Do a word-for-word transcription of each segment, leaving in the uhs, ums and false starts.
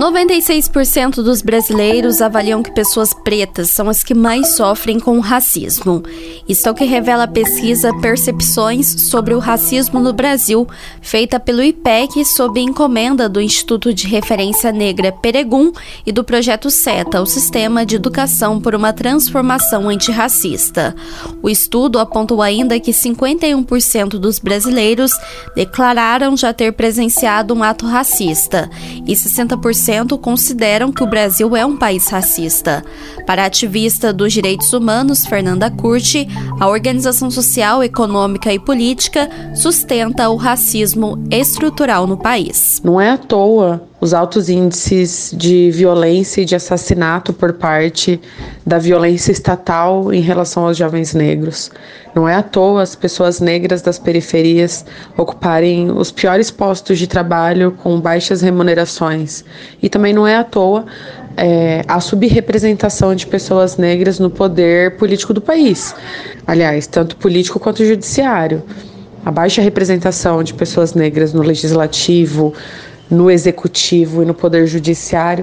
noventa e seis por cento dos brasileiros avaliam que pessoas pretas são as que mais sofrem com o racismo. Isso é o que revela a pesquisa Percepções sobre o Racismo no Brasil, feita pelo I P E C sob encomenda do Instituto de Referência Negra Peregum e do Projeto SETA, o Sistema de Educação por uma Transformação Antirracista. O estudo apontou ainda que cinquenta e um por cento dos brasileiros declararam já ter presenciado um ato racista e sessenta por cento consideram que o Brasil é um país racista. Para a ativista dos direitos humanos, Fernanda Curti, a organização social, econômica e política sustenta o racismo estrutural no país. Não é à toa os altos índices de violência e de assassinato por parte da violência estatal em relação aos jovens negros. Não é à toa as pessoas negras das periferias ocuparem os piores postos de trabalho com baixas remunerações. E também não é à toa é, a subrepresentação de pessoas negras no poder político do país. Aliás, tanto político quanto judiciário. A baixa representação de pessoas negras no legislativo, no executivo e no poder judiciário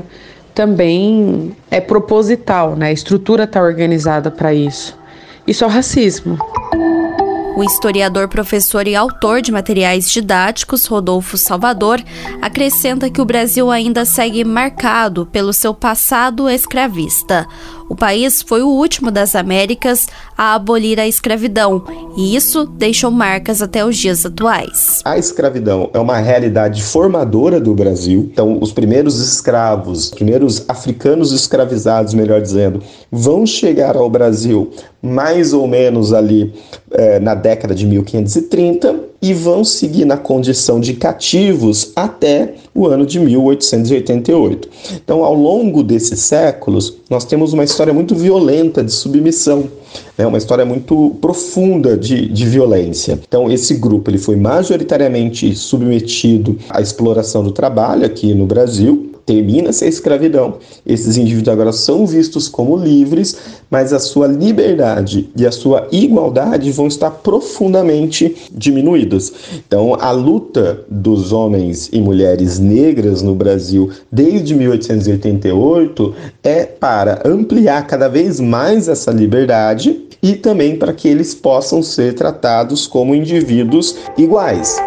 também é proposital, né? A estrutura está organizada para isso. Isso é o racismo. O historiador, professor e autor de materiais didáticos, Rodolfo Salvador, acrescenta que o Brasil ainda segue marcado pelo seu passado escravista. O país foi o último das Américas a abolir a escravidão, e isso deixou marcas até os dias atuais. A escravidão é uma realidade formadora do Brasil. Então, os primeiros escravos, os primeiros africanos escravizados, melhor dizendo, vão chegar ao Brasil mais ou menos ali é, na década de mil quinhentos e trinta e vão seguir na condição de cativos até o ano de mil oitocentos e oitenta e oito. Então, ao longo desses séculos, nós temos uma história muito violenta de submissão, né? Uma história muito profunda de, de violência. Então, esse grupo ele foi majoritariamente submetido à exploração do trabalho aqui no Brasil. Termina-se a escravidão, esses indivíduos agora são vistos como livres, mas a sua liberdade e a sua igualdade vão estar profundamente diminuídas. Então, a luta dos homens e mulheres negras no Brasil desde mil oitocentos e oitenta e oito é para ampliar cada vez mais essa liberdade e também para que eles possam ser tratados como indivíduos iguais.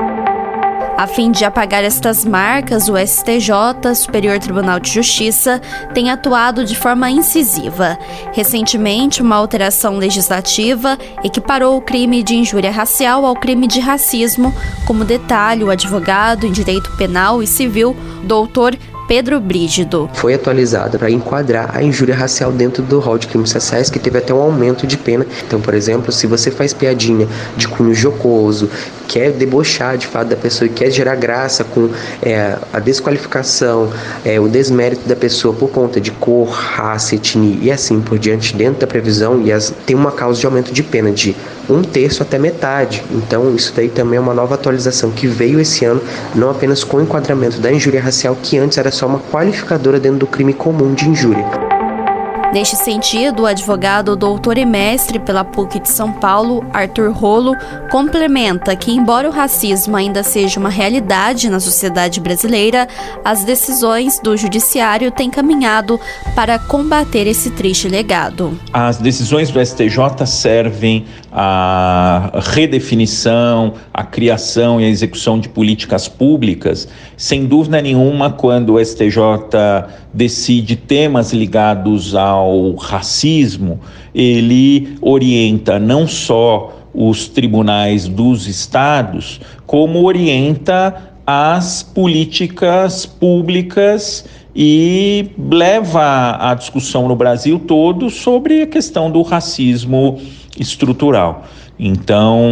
A fim de apagar estas marcas, o S T J, Superior Tribunal de Justiça, tem atuado de forma incisiva. Recentemente, uma alteração legislativa equiparou o crime de injúria racial ao crime de racismo, como detalhe o advogado em direito penal e civil, doutor Pedro Brígido. Foi atualizada para enquadrar a injúria racial dentro do rol de crimes raciais, que teve até um aumento de pena. Então, por exemplo, se você faz piadinha de cunho jocoso, quer debochar de fato da pessoa e quer gerar graça com é, a desqualificação, é, o desmérito da pessoa por conta de cor, raça, etnia e assim por diante, dentro da previsão, e as, tem uma causa de aumento de pena de um terço até metade. Então, isso daí também é uma nova atualização que veio esse ano, não apenas com o enquadramento da injúria racial, que antes era só uma qualificadora dentro do crime comum de injúria. Neste sentido, o advogado doutor e mestre pela P U C de São Paulo, Arthur Rolo, complementa que, embora o racismo ainda seja uma realidade na sociedade brasileira, as decisões do judiciário têm caminhado para combater esse triste legado. As decisões do S T J servem à redefinição, à criação e à execução de políticas públicas. Sem dúvida nenhuma, quando o S T J decide temas ligados ao racismo, ele orienta não só os tribunais dos estados, como orienta as políticas públicas e leva a discussão no Brasil todo sobre a questão do racismo estrutural. Então,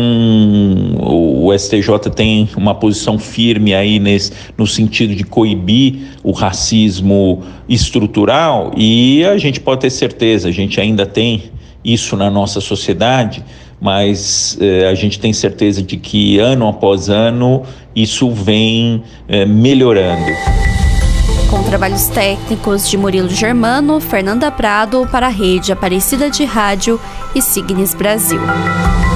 o S T J tem uma posição firme aí nesse, no sentido de coibir o racismo estrutural, e a gente pode ter certeza, a gente ainda tem isso na nossa sociedade, mas eh, a gente tem certeza de que ano após ano isso vem eh, melhorando. Com trabalhos técnicos de Murilo Germano, Fernanda Prado para a Rede Aparecida de Rádio e Signes Brasil.